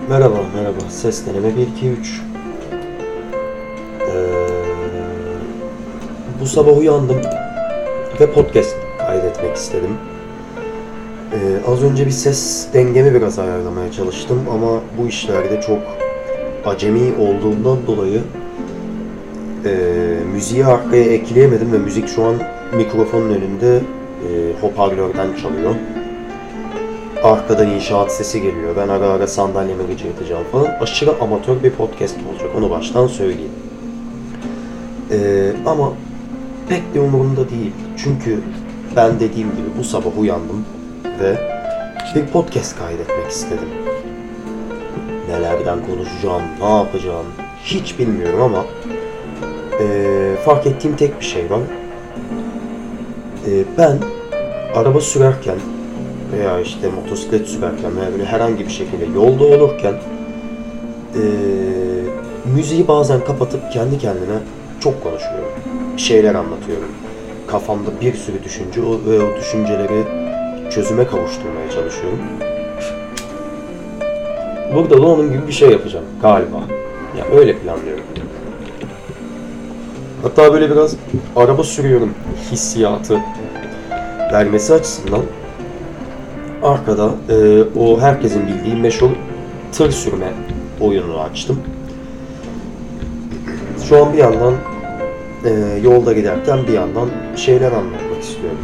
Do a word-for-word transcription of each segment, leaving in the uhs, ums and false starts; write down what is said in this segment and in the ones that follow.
Merhaba, merhaba. Ses deneme bir iki üç. Ee, bu sabah uyandım ve podcast kaydetmek istedim. Ee, az önce bir ses dengemi biraz ayarlamaya çalıştım ama bu işlerde çok acemi olduğundan dolayı e, müziği arkaya ekleyemedim ve müzik şu an mikrofonun önünde e, hoparlörden çalıyor. Arkadan inşaat sesi geliyor. Ben ara ara sandalyeme gıcırtacağım falan. Aşırı amatör bir podcast olacak. Onu baştan söyleyeyim. Ee, ama pek de umurumda değil. Çünkü ben dediğim gibi bu sabah uyandım ve bir podcast kaydetmek istedim. Nelerden konuşacağım, ne yapacağım hiç bilmiyorum ama e, fark ettiğim tek bir şey var. E, ben araba sürerken veya işte motosiklet sürerken veya böyle herhangi bir şekilde yolda olurken e, müziği bazen kapatıp kendi kendime çok konuşuyorum. Bir şeyler anlatıyorum. Kafamda bir sürü düşünce ve o düşünceleri çözüme kavuşturmaya çalışıyorum. Burada da onun gibi bir şey yapacağım galiba. Ya öyle planlıyorum. Hatta böyle biraz araba sürüyorum hissiyatı vermesi açısından arkada e, o herkesin bildiği meşhur tır sürme oyununu açtım. Şu an bir yandan e, yolda giderken bir yandan şeyler anlatmak istiyorum.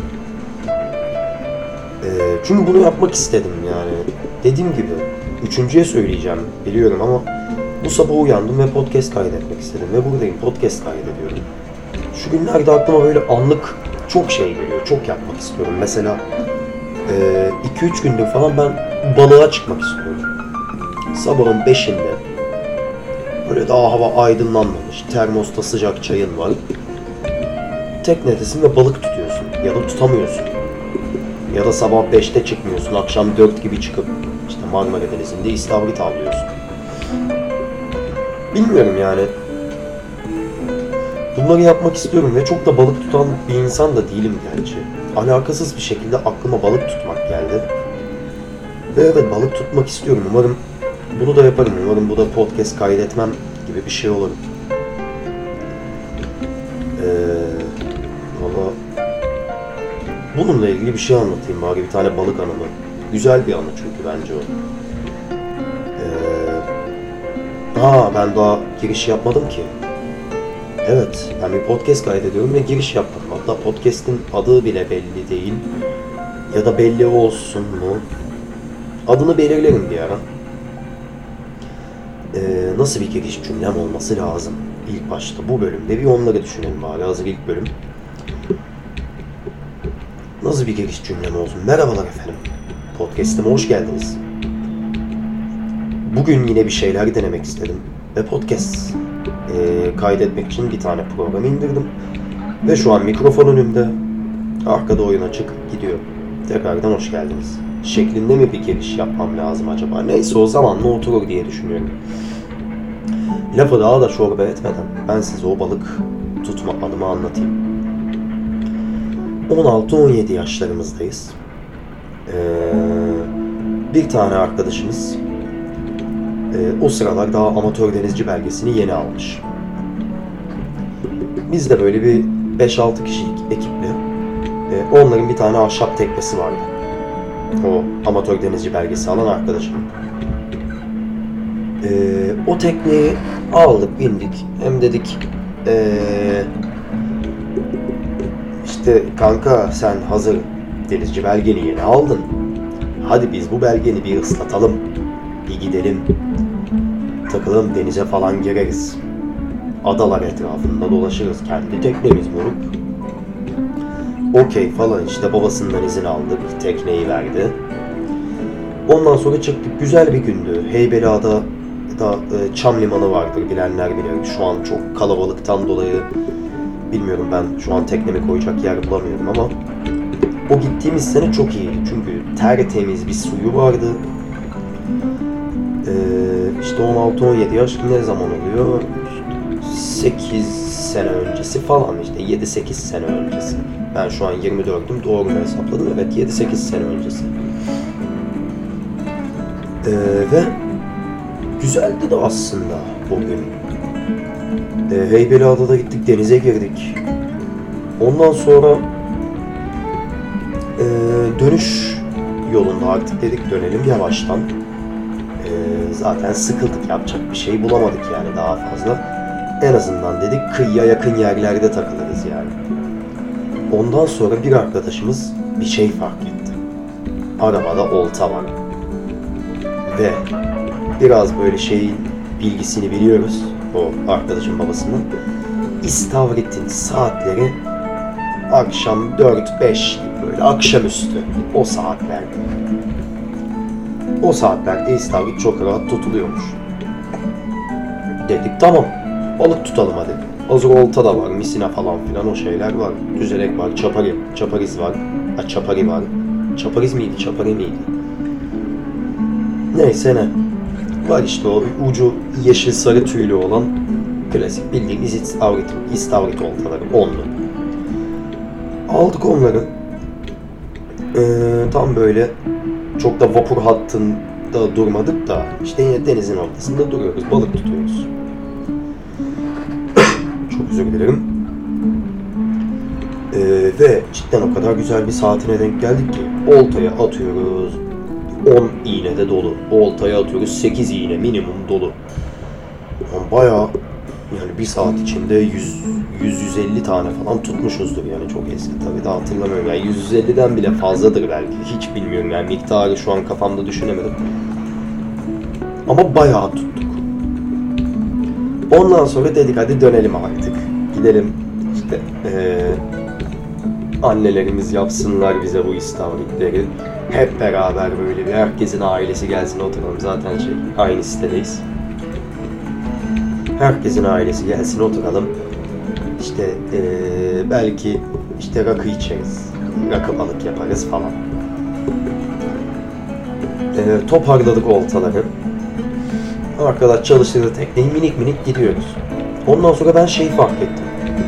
E, çünkü bunu yapmak istedim yani. Dediğim gibi üçüncüye söyleyeceğim biliyorum ama bu sabah uyandım ve podcast kaydetmek istedim ve buradayım, podcast kaydediyorum. Şu günlerde aklıma böyle anlık çok şey geliyor, çok yapmak istiyorum. Mesela iki üç gündür falan ben balığa çıkmak istiyorum. Sabahın beşinde böyle daha hava aydınlanmamış, termosta sıcak çayın var. Teknedesin ve balık tutuyorsun ya da tutamıyorsun. Ya da sabah beşte çıkmıyorsun, akşam dört gibi çıkıp işte Marmara Denizi'nde istavrit avlıyorsun. Bilmiyorum yani. Bunları yapmak istiyorum ve çok da balık tutan bir insan da değilim gerçi. Alakasız bir şekilde aklıma balık tutmak geldi. Ve evet, balık tutmak istiyorum. Umarım bunu da yaparım. Umarım bu da podcast kaydetmem gibi bir şey olur. Ee, valla bununla ilgili bir şey anlatayım bari. Bir tane balık anımı. Güzel bir anı çünkü bence o. Ee, aa ben daha giriş yapmadım ki. Evet, ben bir podcast kaydediyorum ve giriş yapmadım. Hatta podcast'in adı bile belli değil. Ya da belli olsun mu? Adını belirlerim bir ara. Ee, nasıl bir giriş cümlem olması lazım? İlk başta bu bölümde bir onları düşünelim bari. Hazır ilk bölüm. Nasıl bir giriş cümlem olsun? Merhabalar efendim. Podcast'ime hoş geldiniz. Bugün yine bir şeyler denemek istedim. Ve podcast e, kaydetmek için bir tane program indirdim. Ve şu an mikrofon önümde. Arkada oyun açık gidiyor. Tekrardan hoş geldiniz. Şeklinde mi bir giriş yapmam lazım acaba? Neyse, o zamanla oturur diye düşünüyorum. Lafı daha da çorba etmeden ben size o balık tutma anımı anlatayım. on altı on yedi yaşlarımızdayız. Ee, bir tane arkadaşımız e, o sıralar daha amatör denizci belgesini yeni almış. Biz de böyle bir beş altı kişilik ekiple e, onların bir tane ahşap teknesi vardı. O amatör denizci belgesi alan arkadaşım. Ee, o tekneyi aldık, bindik. Hem dedik ee, işte kanka sen hazır denizci belgeni yeni aldın. Hadi biz bu belgeni bir ıslatalım. Bir gidelim. Takılalım, denize falan gireriz. Adalar etrafında dolaşırız. Kendi teknemiz moruk. Okey falan işte, babasından izin aldık. Tekneyi verdi. Ondan sonra çıktık. Güzel bir gündü. Heybeliada'da da e, Çam Limanı vardır. Bilenler bilir. Şu an çok kalabalıktan dolayı bilmiyorum, ben şu an teknemi koyacak yer bulamıyorum ama o gittiğimiz sene çok iyiydi. Çünkü tertemiz bir suyu vardı. Ee, işte on altı on yedi yaş ne zaman oluyor? sekiz sene öncesi falan, işte yedi sekiz sene öncesi. Ben şu an yirmi dördüm, doğru mu hesapladım? Evet, yedi sekiz sene öncesi. Ee, ve Güzeldi de aslında o gün. E, Heybeliada'da gittik, denize girdik. Ondan sonra e, dönüş yolunda artık dedik dönelim yavaştan. E, zaten sıkıldık, yapacak bir şey bulamadık yani daha fazla. En azından dedik kıyıya yakın yerlerde takılırız yani. Ondan sonra bir arkadaşımız bir şey fark etti. Arabada olta var. Ve biraz böyle şeyin bilgisini biliyoruz o arkadaşın babasının. İstavrit'in saatleri akşam dört beş böyle akşamüstü o saatlerde. O saatlerde istavrit çok rahat tutuluyormuş. Dedik tamam, balık tutalım hadi. Hazır olta da var, misina falan filan o şeyler var. Düzelek var, çapari, çapariz var. Ha, çapari var. Çapariz miydi, çapari miydi? Neyse ne. Var işte o ucu yeşil sarı tüylü olan klasik bildiğimiz istavrit, istavrit oltaları, onlu. Aldık onları. Ee, tam böyle çok da vapur hattında durmadık da işte yine denizin ortasında duruyoruz, balık tutuyoruz. Çok özür dilerim. Ee, ve cidden o kadar güzel bir saatine denk geldik ki oltaya atıyoruz, on iğne de dolu. Oltaya atıyoruz, sekiz iğne minimum dolu. Yani bayağı yani bir saat içinde yüz yüz elli tane falan tutmuşuzdur yani, çok eski tabii de hatırlamıyorum. Yani yüz elliden bile fazladır belki. Hiç bilmiyorum yani, miktarı şu an kafamda düşünemedim. Ama bayağı tuttuk. Ondan sonra dedik hadi dönelim artık. Gidelim işte ee, annelerimiz yapsınlar bize bu istavritleri. Hep beraber böyle bir herkesin ailesi gelsin oturalım. Zaten şey aynı sitedeyiz. Herkesin ailesi gelsin oturalım. İşte ee, belki işte rakı içeriz. Rakı balık yaparız falan. E, toparladık oltaları. Arkadaş çalıştırdı tekneyi, minik minik gidiyoruz. Ondan sonra ben şeyi fark ettim.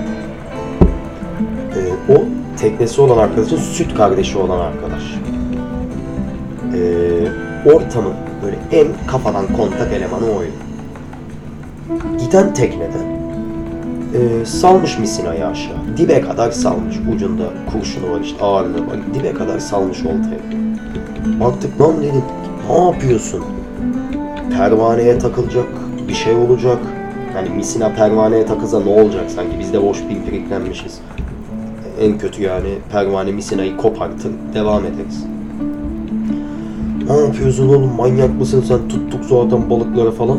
E, o teknesi olan arkadaşın süt kardeşi olan arkadaş. E, ortamın böyle en kafadan kontak elemanı oydu. Giden teknede e, salmış misinayı aşağı. Dibe kadar salmış. Ucunda kurşunu var işte, ağırlığı var. Dibe kadar salmış oltayı. Baktık lan dedik, ne yapıyorsun? Pervaneye takılacak, bir şey olacak. Yani misina pervaneye takılsa ne olacak sanki? Biz de boş pimpiriklenmişiz. En kötü yani pervane misinayı kopartır, devam ederiz. Ne yapıyorsun oğlum, manyak mısın sen? Tuttuk zaten balıkları falan.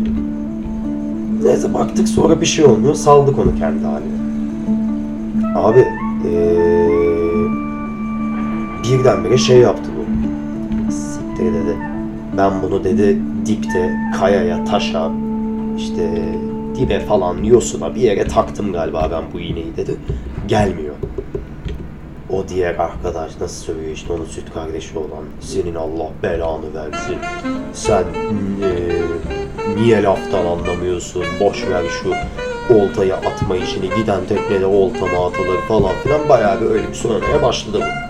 Neyse baktık sonra bir şey olmuyor, saldık onu kendi haline. Abi ee, birdenbire şey yaptı bu. Siktir dedi. Ben bunu dedi dipte kayaya, taşa, işte dibe falan, yosuna bir yere taktım galiba ben bu iğneyi dedi. Gelmiyor. O diğer arkadaş nasıl söylüyor işte, onun süt kardeşi olan, senin Allah belanı versin. Sen ee, niye laftan anlamıyorsun? Boş ver şu oltayı atma işini. Giden teknede olta mı atılır falan filan. Bayağı bir öyle bir söylemeye başladı bu.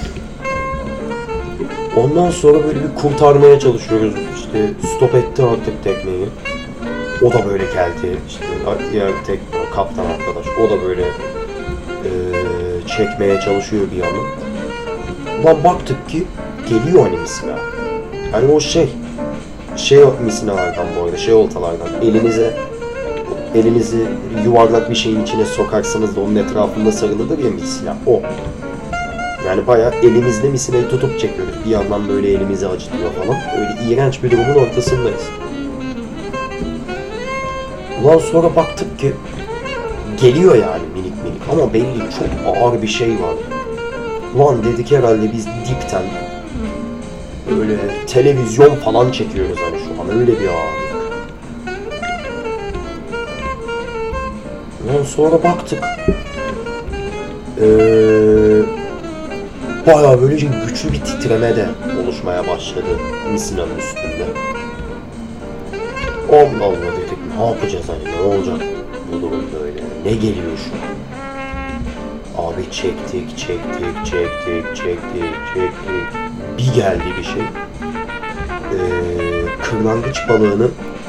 Ondan sonra böyle bir kurtarmaya çalışıyoruz. İşte stop etti artık tekneyi. O da böyle geldi. İşte diğer tek kaptan arkadaş. O da böyle e, çekmeye çalışıyor bir yandan. Ulan baktık ki geliyor hani misina. Yani o şey şey misinalardan bu arada, şey oltalardan. Elinize elinizi yuvarlak bir şeyin içine sokarsınız da onun etrafında sarılıdır ya misina. O. Yani bayağı elimizde misinayı tutup çekiyoruz. Bir yandan böyle elimizi acıtıyor falan. Öyle iğrenç bir durumun ortasındayız. Ulan sonra baktık ki geliyor yani minik minik ama belli çok ağır bir şey var. Ulan dedik herhalde biz dipten böyle televizyon falan çekiyoruz hani şu an, öyle bir ağırlık. Ulan sonra baktık. Eee bayağı böylece güçlü bir titreme de oluşmaya başladı misinanın üstünde. Allah Allah dedik, ne yapacağız hani, ne olacak bu durum böyle, ne geliyor şu an? Abi çektik, çektik, çektik, çektik, çektik. Bir geldi bir şey. Ee, kırlangıç balığını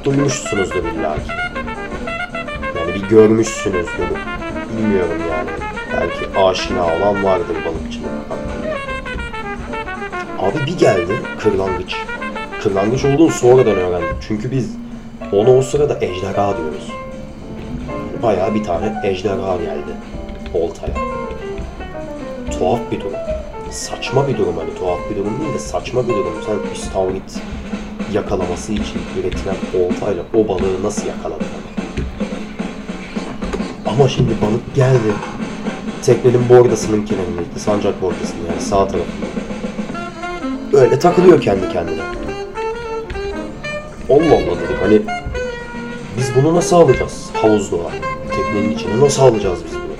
duymuşsunuzdur illa ki. Yani bir görmüşsünüzdür. Bilmiyorum yani. Belki aşina olan vardır balıkçılık hakkında. Abi bir geldi kırlangıç. Kırlangıç olduğunu sonradan öğrendik. Çünkü biz ona o sırada ejderha diyoruz. Bayağı bir tane ejderha geldi oltaya. Tuhaf bir durum. Saçma bir durum, hani tuhaf bir durum değil de saçma bir durum. Sen istavrit yakalaması için üretilen oltayla o balığı nasıl yakaladın? Ama şimdi balık geldi. Teknenin bordasının kenarındaydı. Sancak bordasının yani sağ tarafında. Böyle takılıyor kendi kendine. Allah Allah dedik, hani biz bunu nasıl alacağız havuzluğa? Teknenin içine nasıl alacağız biz bunu?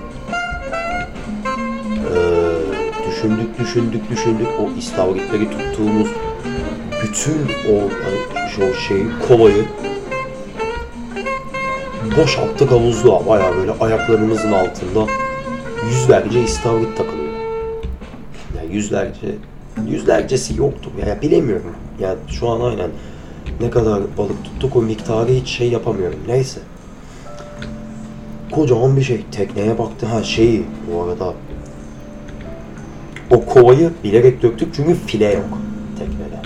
Ee, düşündük, düşündük, düşündük. O istavritleri tuttuğumuz bütün o, hani, şu şeyi, kovayı boşalttık havuzluğa. Bayağı böyle ayaklarımızın altında yüzlerce istavrit takılıyor. Yani yüzlerce, yüzlercesi yoktur. Yani bilemiyorum. Yani şu an aynen ne kadar balık tuttuk o miktarı hiç şey yapamıyorum. Neyse. Kocaman bir şey. Tekneye baktı. Ha şeyi bu arada. O kovayı bilerek döktük çünkü file yok teknede.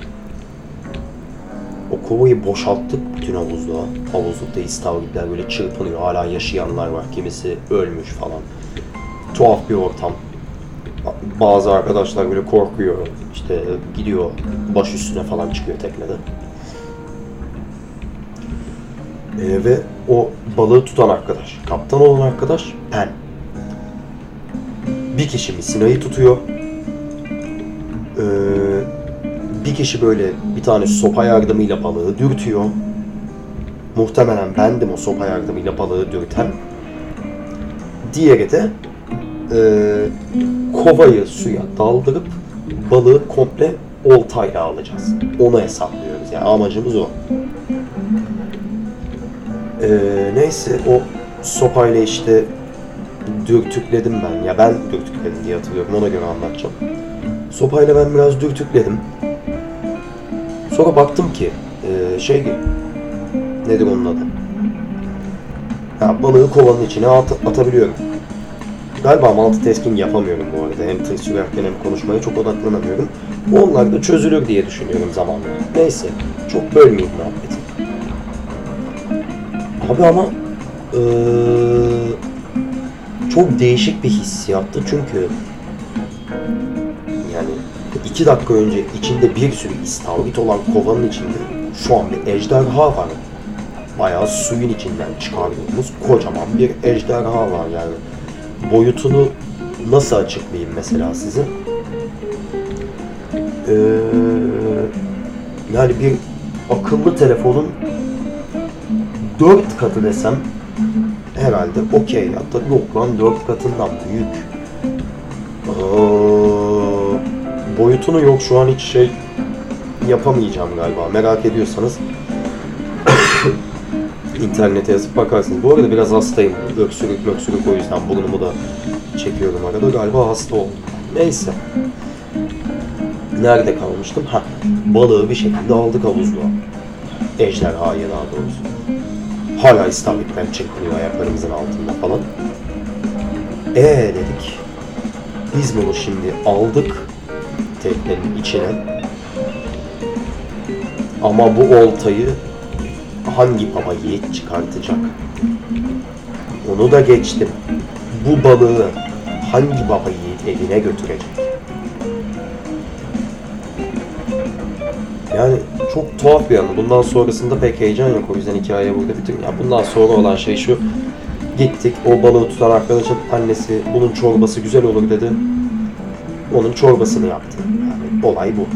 O kovayı boşalttık bütün havuzluğa. Havuzlukta istavritler böyle çırpınıyor. Hala yaşayanlar var. Kimisi ölmüş falan. Tuhaf bir ortam. Bazı arkadaşlar böyle korkuyor. İşte gidiyor baş üstüne falan çıkıyor teknede. Ee, ve o balığı tutan arkadaş, kaptan olan arkadaş ben. Bir kişi misinayı tutuyor. Ee, bir kişi böyle bir tane sopa yardımıyla balığı dürtüyor. Muhtemelen bendim o sopa yardımıyla balığı dürten. Diğeri de e, kovayı suya daldırıp balığı komple oltayla alacağız. Onu hesaplıyoruz. Yani amacımız o. Ee, neyse o sopayla işte dürtükledim ben. Ya ben dürtükledim diye hatırlıyorum. Ona göre anlatacağım. Sopayla ben biraz dürtükledim. Sonra baktım ki e, şey nedir onun adı? Ha, balığı kovanın içine at atabiliyorum. Galiba multitasking yapamıyorum bu arada. Hem tır sürerken hem konuşmaya çok odaklanamıyorum. Onlar da çözülür diye düşünüyorum zamanla. Neyse. Çok bölmeyeyim muhabbeti. Abi ama ee, çok değişik bir hissiyattı çünkü yani iki dakika önce içinde bir sürü istavrit olan kovanın içinde şu an bir ejderha var. Bayağı suyun içinden çıkardığımız kocaman bir ejderha var yani. Boyutunu nasıl açıklayayım mesela size? Ee, yani bir akıllı telefonun dört katı desem herhalde okey. Hatta yok lan dört katından büyük. Ee, boyutunu yok şu an hiç şey yapamayacağım galiba. Merak ediyorsanız internete yazıp bakarsınız. Bu arada biraz hastayım. Öksürük möksürük o yüzden burnumu da çekiyorum arada. Galiba hasta oldum. Neyse. Nerede kalmıştım? Ha, balığı bir şekilde aldık havuzluğa. Ejderhayı daha doğrusu. Hala istavritler çekiliyor ayaklarımızın altında falan. Eee dedik. Biz bunu şimdi aldık teknenin içine. Ama bu oltayı hangi baba yiğit çıkartacak? Onu da geçtim. Bu balığı hangi baba yiğit evine götürecek? Yani çok tuhaf bir anı. Bundan sonrasında pek heyecan yok. O yüzden hikaye burada bitiyor. Ya bundan sonra olan şey şu. Gittik. O balığı tutan arkadaşın annesi bunun çorbası güzel olur dedi. Onun çorbasını yaptı. Yani olay bu.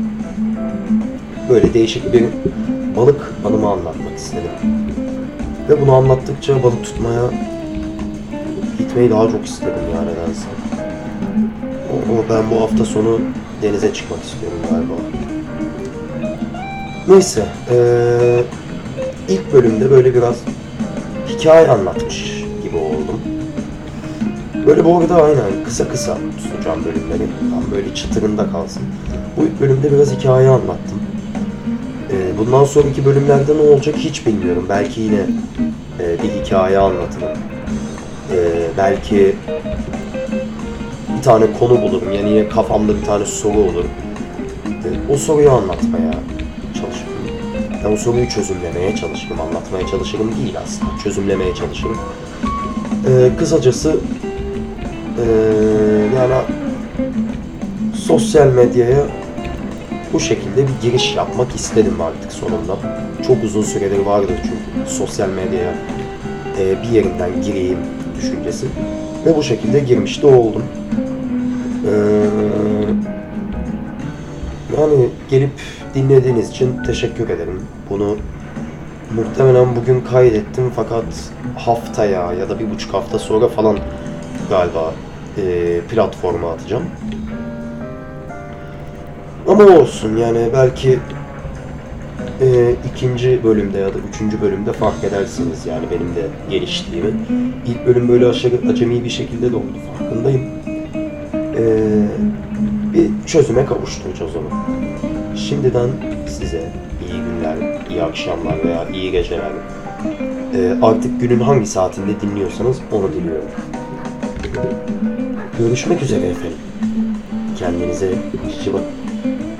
Böyle değişik bir balık anımı anlatmak istedim. Ve bunu anlattıkça balık tutmaya gitmeyi daha çok istedim ya nedense. Ama ben bu hafta sonu denize çıkmak istiyorum galiba. Neyse, ee, ilk bölümde böyle biraz hikaye anlatmış gibi oldum. Böyle bu arada aynen kısa kısa tutacağım bölümleri. Tam böyle çıtırında kalsın. Bu ilk bölümde biraz hikaye anlattım. Ee, bundan sonraki bölümlerde ne olacak hiç bilmiyorum. Belki yine e, bir hikaye anlatırım. Ee, belki bir tane konu bulurum. Yani yine kafamda bir tane soru olur. Ee, o soruyu anlatmaya çalışırım. Yani o soruyu çözümlemeye çalışırım. Anlatmaya çalışırım değil aslında. Çözümlemeye çalışırım. Ee, kısacası ee, yani sosyal medyaya bu şekilde bir giriş yapmak istedim artık sonunda. Çok uzun süredir vardı çünkü sosyal medyaya e, bir yerinden gireyim düşüncesi. Ve bu şekilde girmiş de oldum. Ee, yani gelip dinlediğiniz için teşekkür ederim. Bunu muhtemelen bugün kaydettim fakat haftaya ya da bir buçuk hafta sonra falan galiba e, platforma atacağım. Ama olsun yani belki e, ikinci bölümde ya da üçüncü bölümde fark edersiniz yani benim de geliştiğimi. İlk bölüm böyle aşırı acemi bir şekilde de oldu, farkındayım. E, bir çözüme kavuşturacağız onu. Şimdiden size iyi günler, iyi akşamlar veya iyi geceler. E, artık günün hangi saatinde dinliyorsanız onu diliyorum. Görüşmek üzere efendim. Kendinize iyi bakın.